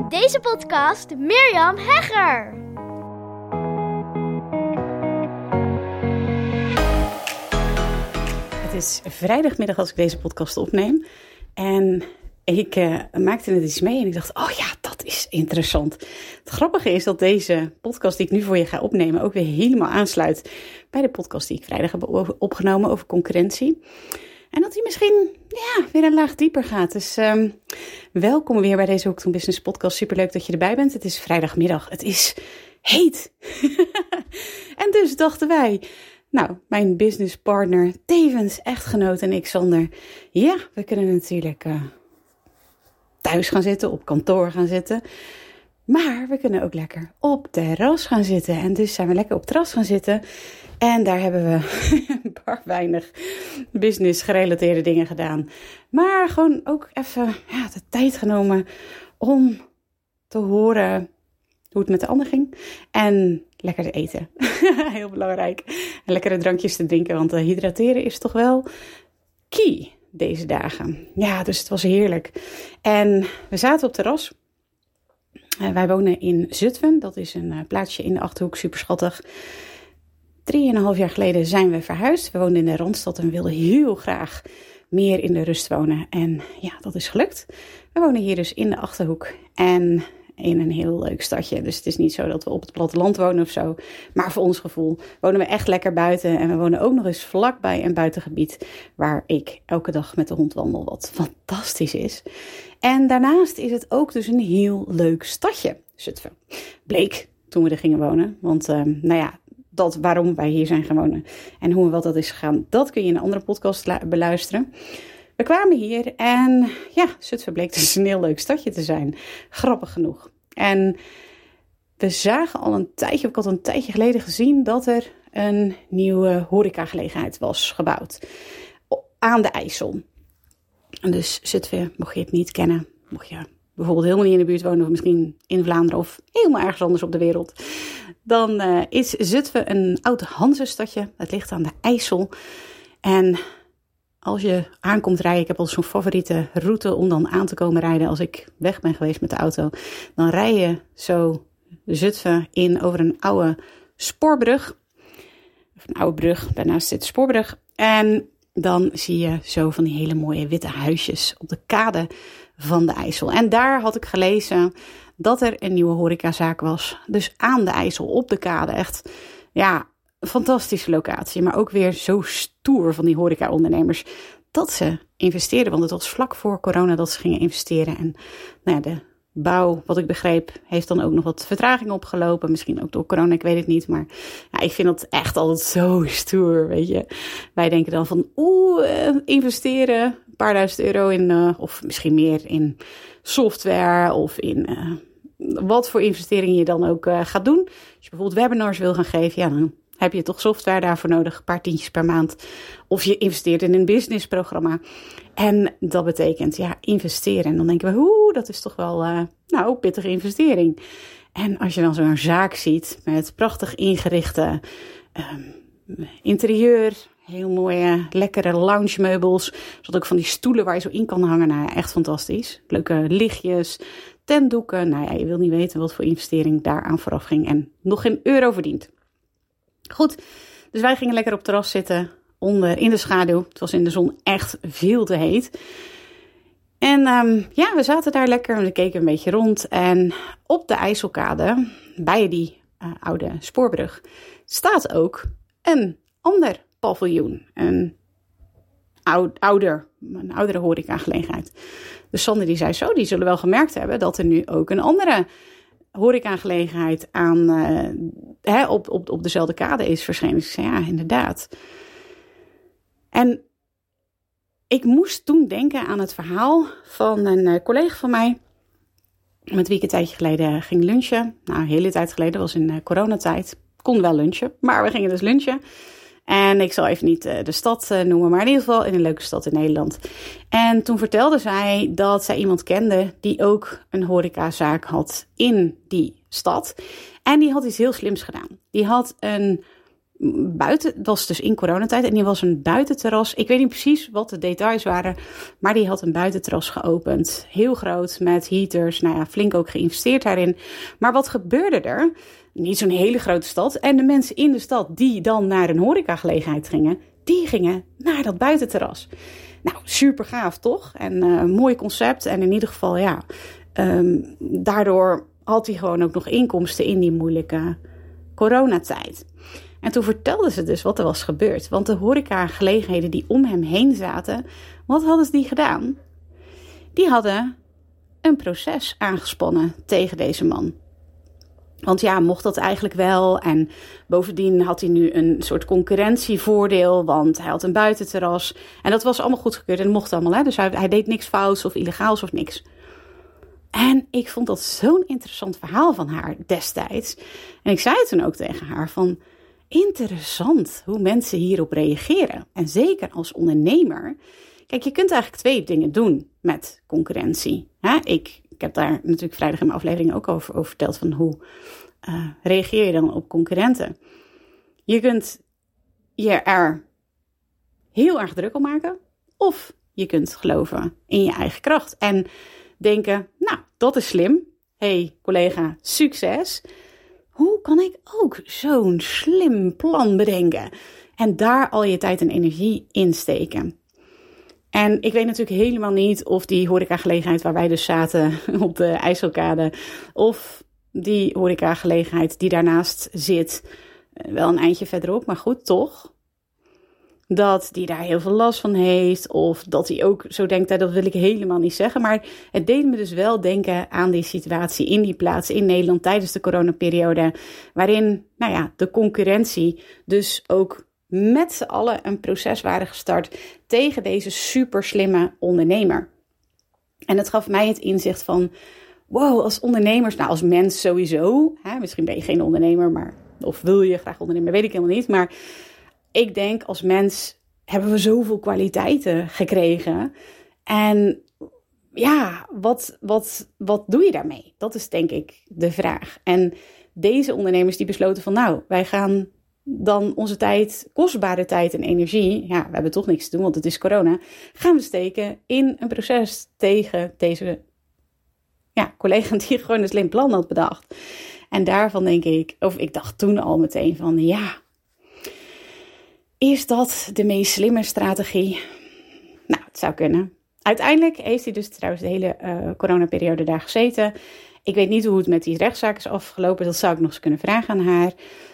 In deze podcast Mirjam Hegger. Het is vrijdagmiddag als ik deze podcast opneem. En ik maakte het iets mee en ik dacht, oh ja, dat is interessant. Het grappige is dat deze podcast die ik nu voor je ga opnemen ook weer helemaal aansluit bij de podcast die ik vrijdag heb opgenomen over concurrentie. En dat die misschien weer een laag dieper gaat. Dus welkom weer bij deze Hooked on Business podcast. Superleuk dat je erbij bent. Het is vrijdagmiddag. Het is heet. En dus dachten wij, mijn businesspartner, tevens echtgenoot en ik, Sander. Ja, we kunnen natuurlijk thuis gaan zitten, op kantoor gaan zitten. Maar we kunnen ook lekker op terras gaan zitten. En dus zijn we lekker op terras gaan zitten. En daar hebben we een paar weinig business gerelateerde dingen gedaan. Maar gewoon ook even de tijd genomen om te horen hoe het met de ander ging. En lekker te eten. Heel belangrijk. En lekkere drankjes te drinken, want hydrateren is toch wel key deze dagen. Ja, dus het was heerlijk. En we zaten op terras. Wij wonen in Zutphen. Dat is een plaatsje in de Achterhoek. Super schattig. 3,5 jaar geleden zijn we verhuisd. We woonden in de Randstad en we wilden heel graag meer in de rust wonen. En ja, dat is gelukt. We wonen hier dus in de Achterhoek en in een heel leuk stadje. Dus het is niet zo dat we op het platteland wonen of zo. Maar voor ons gevoel wonen we echt lekker buiten. En we wonen ook nog eens vlakbij een buitengebied waar ik elke dag met de hond wandel. Wat fantastisch is. En daarnaast is het ook dus een heel leuk stadje, Zutphen. Bleek toen we er gingen wonen. Want dat waarom wij hier zijn gaan wonen en hoe en wat dat is gegaan, dat kun je in een andere podcast beluisteren. We kwamen hier en Zutphen bleek dus een heel leuk stadje te zijn. Grappig genoeg. En we zagen al een tijdje, ik had een tijdje geleden gezien dat er een nieuwe horecagelegenheid was gebouwd aan de IJssel. En dus Zutphen, mocht je het niet kennen, mocht je bijvoorbeeld helemaal niet in de buurt wonen of misschien in Vlaanderen of helemaal ergens anders op de wereld, dan is Zutphen een oud Hanzestadje. Het ligt aan de IJssel. En als je aankomt rijden, ik heb al zo'n favoriete route om dan aan te komen rijden als ik weg ben geweest met de auto. Dan rij je zo Zutphen in over een oude spoorbrug. Of een oude brug, daarnaast zit de spoorbrug. En dan zie je zo van die hele mooie witte huisjes op de kade van de IJssel. En daar had ik gelezen dat er een nieuwe horecazaak was. Dus aan de IJssel, op de kade. Echt, een fantastische locatie. Maar ook weer zo stoer van die horeca-ondernemers dat ze investeerden. Want het was vlak voor corona dat ze gingen investeren. En de bouw, wat ik begreep, heeft dan ook nog wat vertraging opgelopen. Misschien ook door corona, ik weet het niet. Maar ik vind dat echt altijd zo stoer, weet je. Wij denken dan van, investeren een paar duizend euro in, of misschien meer in software of in wat voor investeringen je dan ook gaat doen. Als je bijvoorbeeld webinars wil gaan geven, dan heb je toch software daarvoor nodig, een paar tientjes per maand. Of je investeert in een businessprogramma. En dat betekent, investeren. En dan denken we, dat is toch wel een pittige investering. En als je dan zo'n zaak ziet met prachtig ingerichte interieur, heel mooie, lekkere loungemeubels. Zodat ook van die stoelen waar je zo in kan hangen. Echt fantastisch. Leuke lichtjes, tentdoeken. Je wil niet weten wat voor investering daaraan vooraf ging. En nog geen euro verdiend. Goed, dus wij gingen lekker op het terras zitten, in de schaduw. Het was in de zon echt veel te heet. En we zaten daar lekker en we keken een beetje rond. En op de IJsselkade, bij die oude spoorbrug, staat ook een ander paviljoen. Een oudere horecagelegenheid. Dus Sander die zei zo, die zullen wel gemerkt hebben dat er nu ook een andere horecagelegenheid aan op dezelfde kade is verschenen. Dus ik zei, inderdaad. En ik moest toen denken aan het verhaal van een collega van mij, met wie ik een tijdje geleden ging lunchen. Een hele tijd geleden, was in coronatijd. Kon wel lunchen, maar we gingen dus lunchen. En ik zal even niet de stad noemen, maar in ieder geval in een leuke stad in Nederland. En toen vertelde zij dat zij iemand kende die ook een horecazaak had in die stad. En die had iets heel slims gedaan. Die had een buiten, dat was dus in coronatijd, en die was een buitenterras. Ik weet niet precies wat de details waren, maar die had een buitenterras geopend. Heel groot, met heaters, flink ook geïnvesteerd daarin. Maar wat gebeurde er? Niet zo'n hele grote stad. En de mensen in de stad die dan naar een horecagelegenheid gingen, die gingen naar dat buitenterras. Nou, super gaaf toch? En mooi concept. En in ieder geval, daardoor had hij gewoon ook nog inkomsten in die moeilijke coronatijd. En toen vertelden ze dus wat er was gebeurd. Want de horecagelegenheden die om hem heen zaten, wat hadden die gedaan? Die hadden een proces aangespannen tegen deze man. Want ja, mocht dat eigenlijk wel? En bovendien had hij nu een soort concurrentievoordeel, want hij had een buitenterras. En dat was allemaal goedgekeurd en dat mocht allemaal. Hè? Dus hij deed niks fouts of illegaals of niks. En ik vond dat zo'n interessant verhaal van haar destijds. En ik zei het toen ook tegen haar van, interessant hoe mensen hierop reageren. En zeker als ondernemer. Kijk, je kunt eigenlijk 2 dingen doen met concurrentie. Ik heb daar natuurlijk vrijdag in mijn aflevering ook over verteld van hoe reageer je dan op concurrenten. Je kunt je er heel erg druk om maken. Of je kunt geloven in je eigen kracht. En denken, nou, dat is slim. Hey, collega, succes. Hoe kan ik ook zo'n slim plan bedenken? En daar al je tijd en energie in steken. En ik weet natuurlijk helemaal niet of die horecagelegenheid waar wij dus zaten op de IJsselkade, of die horecagelegenheid die daarnaast zit, wel een eindje verderop, maar goed, toch, dat die daar heel veel last van heeft, of dat hij ook zo denkt, dat wil ik helemaal niet zeggen. Maar het deed me dus wel denken aan die situatie in die plaats in Nederland tijdens de coronaperiode, waarin, de concurrentie dus ook met z'n allen een proces waren gestart tegen deze super slimme ondernemer. En het gaf mij het inzicht van, wow, als ondernemers, als mens sowieso, misschien ben je geen ondernemer, of wil je graag ondernemen, weet ik helemaal niet, maar ik denk als mens hebben we zoveel kwaliteiten gekregen. En ja, wat doe je daarmee? Dat is denk ik de vraag. En deze ondernemers die besloten van, wij gaan dan onze tijd, kostbare tijd en energie, we hebben toch niks te doen, want het is corona, gaan we steken in een proces tegen deze collega die gewoon een slim plan had bedacht. En daarvan denk ik, of ik dacht toen al meteen van, is dat de meest slimme strategie? Nou, het zou kunnen. Uiteindelijk heeft hij dus trouwens de hele coronaperiode daar gezeten. Ik weet niet hoe het met die rechtszaak is afgelopen, dat zou ik nog eens kunnen vragen aan haar.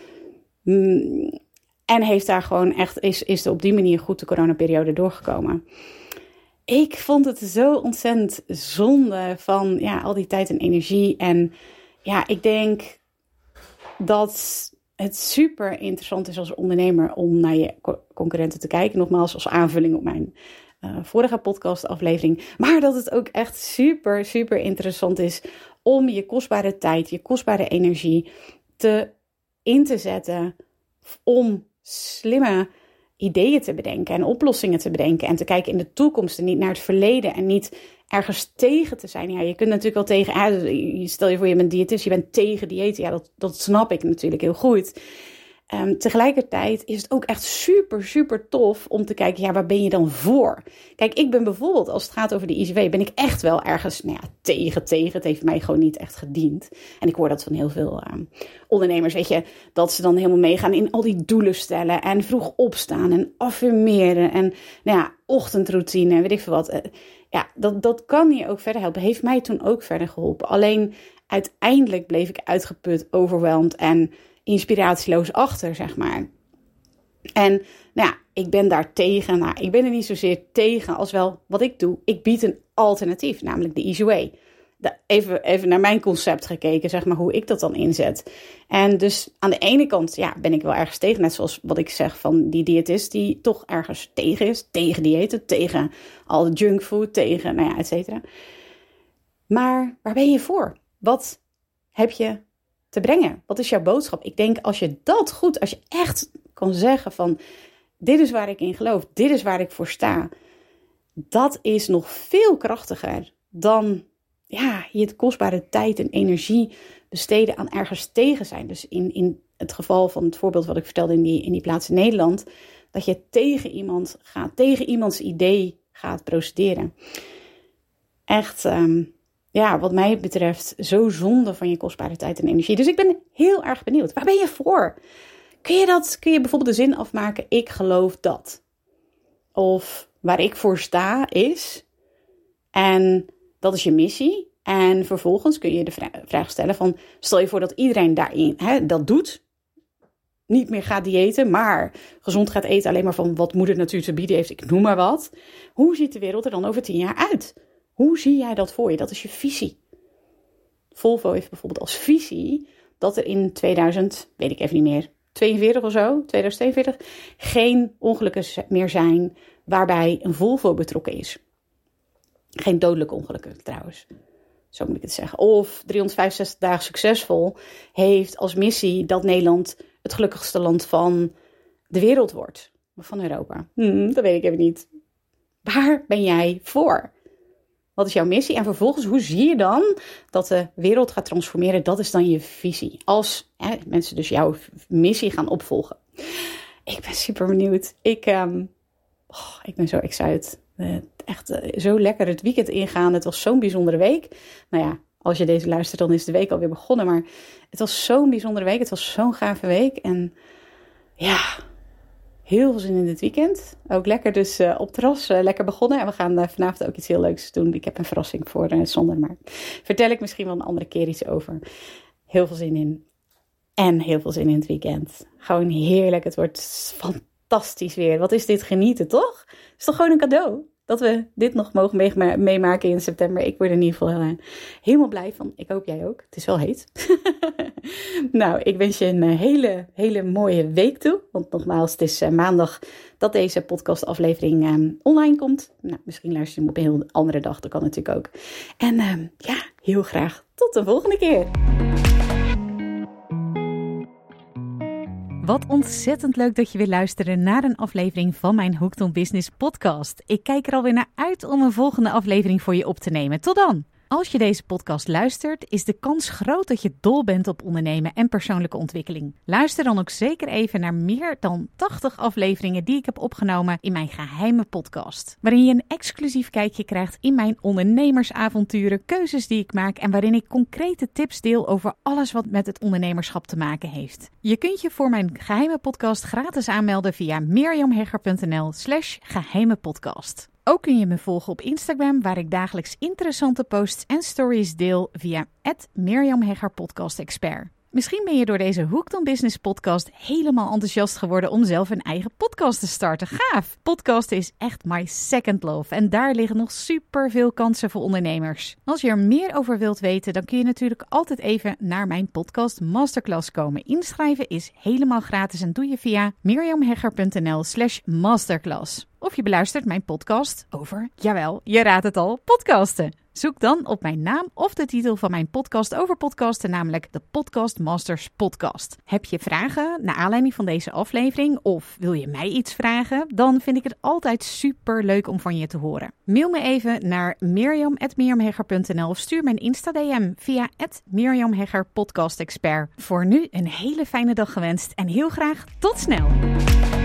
En heeft daar gewoon echt, is er op die manier goed de coronaperiode doorgekomen. Ik vond het zo ontzettend zonde van al die tijd en energie. En ik denk dat het super interessant is als ondernemer om naar je concurrenten te kijken. Nogmaals, als aanvulling op mijn vorige podcastaflevering. Maar dat het ook echt super, super interessant is om je kostbare tijd, je kostbare energie in te zetten om slimme ideeën te bedenken en oplossingen te bedenken en te kijken in de toekomst en niet naar het verleden en niet ergens tegen te zijn. Je kunt natuurlijk wel tegen, stel je voor je bent diëtist, je bent tegen diëten, dat snap ik natuurlijk heel goed. Tegelijkertijd is het ook echt super, super tof om te kijken, waar ben je dan voor? Kijk, ik ben bijvoorbeeld, als het gaat over de ICW, ben ik echt wel ergens tegen. Het heeft mij gewoon niet echt gediend. En ik hoor dat van heel veel ondernemers, dat ze dan helemaal meegaan in al die doelen stellen en vroeg opstaan en affirmeren en ochtendroutine, weet ik veel wat. Dat kan je ook verder helpen. Heeft mij toen ook verder geholpen. Alleen uiteindelijk bleef ik uitgeput, overweldigd en inspiratieloos achter, zeg maar. En ik ben daar tegen. Ik ben er niet zozeer tegen als wel wat ik doe. Ik bied een alternatief, namelijk de Easy Way. Even naar mijn concept gekeken, zeg maar, hoe ik dat dan inzet. En dus aan de ene kant, ben ik wel ergens tegen. Net zoals wat ik zeg van die diëtist die toch ergens tegen is. Tegen diëten, tegen al de junkfood, tegen, et cetera. Maar waar ben je voor? Wat heb je te brengen? Wat is jouw boodschap? Ik denk als je echt kan zeggen van, dit is waar ik in geloof, dit is waar ik voor sta. Dat is nog veel krachtiger dan je het kostbare tijd en energie besteden aan ergens tegen zijn. Dus in het geval van het voorbeeld wat ik vertelde in die plaats in Nederland, dat je tegen iemand gaat, tegen iemands idee gaat procederen. Echt, wat mij betreft, zo zonde van je kostbare tijd en energie. Dus ik ben heel erg benieuwd. Waar ben je voor? Kun je bijvoorbeeld de zin afmaken, ik geloof dat. Of waar ik voor sta is, en dat is je missie. En vervolgens kun je de vraag stellen van, stel je voor dat iedereen daarin dat doet. Niet meer gaat diëten, maar gezond gaat eten alleen maar van wat moeder natuur te bieden heeft. Ik noem maar wat. Hoe ziet de wereld er dan over 10 jaar uit? Hoe zie jij dat voor je? Dat is je visie. Volvo heeft bijvoorbeeld als visie dat er in 2042 of zo, 2042, geen ongelukken meer zijn waarbij een Volvo betrokken is. Geen dodelijke ongelukken trouwens. Zo moet ik het zeggen. Of 365 dagen succesvol heeft als missie dat Nederland het gelukkigste land van de wereld wordt. Of van Europa. Dat weet ik even niet. Waar ben jij voor? Wat is jouw missie? En vervolgens, hoe zie je dan dat de wereld gaat transformeren? Dat is dan je visie. Als mensen dus jouw missie gaan opvolgen. Ik ben super benieuwd. Ik ben zo excited. Echt zo lekker het weekend ingaan. Het was zo'n bijzondere week. Nou ja, als je deze luistert, dan is de week alweer begonnen. Maar het was zo'n bijzondere week. Het was zo'n gave week. En ja, heel veel zin in dit weekend. Ook lekker dus op het terras lekker begonnen. En we gaan vanavond ook iets heel leuks doen. Ik heb een verrassing voor Sander. Maar vertel ik misschien wel een andere keer iets over. Heel veel zin in. En heel veel zin in het weekend. Gewoon heerlijk. Het wordt fantastisch weer. Wat is dit genieten, toch? Het is toch gewoon een cadeau? Dat we dit nog mogen meemaken in september. Ik word er in ieder geval helemaal blij van. Ik hoop jij ook. Het is wel heet. Nou, ik wens je een hele, hele mooie week toe. Want nogmaals, het is maandag dat deze podcastaflevering online komt. Nou, misschien luister je hem op een heel andere dag. Dat kan natuurlijk ook. En heel graag tot de volgende keer. Wat ontzettend leuk dat je weer luistert naar een aflevering van mijn Hooked on Business podcast. Ik kijk er alweer naar uit om een volgende aflevering voor je op te nemen. Tot dan! Als je deze podcast luistert, is de kans groot dat je dol bent op ondernemen en persoonlijke ontwikkeling. Luister dan ook zeker even naar meer dan 80 afleveringen die ik heb opgenomen in mijn geheime podcast. Waarin je een exclusief kijkje krijgt in mijn ondernemersavonturen, keuzes die ik maak en waarin ik concrete tips deel over alles wat met het ondernemerschap te maken heeft. Je kunt je voor mijn geheime podcast gratis aanmelden via miriamhegger.nl/geheimepodcast. Ook kun je me volgen op Instagram, waar ik dagelijks interessante posts en stories deel via @miriamheggerpodcastexpert. Misschien ben je door deze Hooked on Business podcast helemaal enthousiast geworden om zelf een eigen podcast te starten. Gaaf! Podcasten is echt my second love en daar liggen nog super veel kansen voor ondernemers. Als je er meer over wilt weten, dan kun je natuurlijk altijd even naar mijn podcast Masterclass komen. Inschrijven is helemaal gratis en doe je via miriamhegger.nl/masterclass. Of je beluistert mijn podcast over, jawel, je raadt het al, podcasten. Zoek dan op mijn naam of de titel van mijn podcast over podcasten, namelijk de Podcast Masters Podcast. Heb je vragen naar aanleiding van deze aflevering of wil je mij iets vragen? Dan vind ik het altijd super leuk om van je te horen. Mail me even naar miriam@miriamhegger.nl of stuur me een Insta-DM via @miriamheggerpodcastexpert. Voor nu een hele fijne dag gewenst en heel graag tot snel!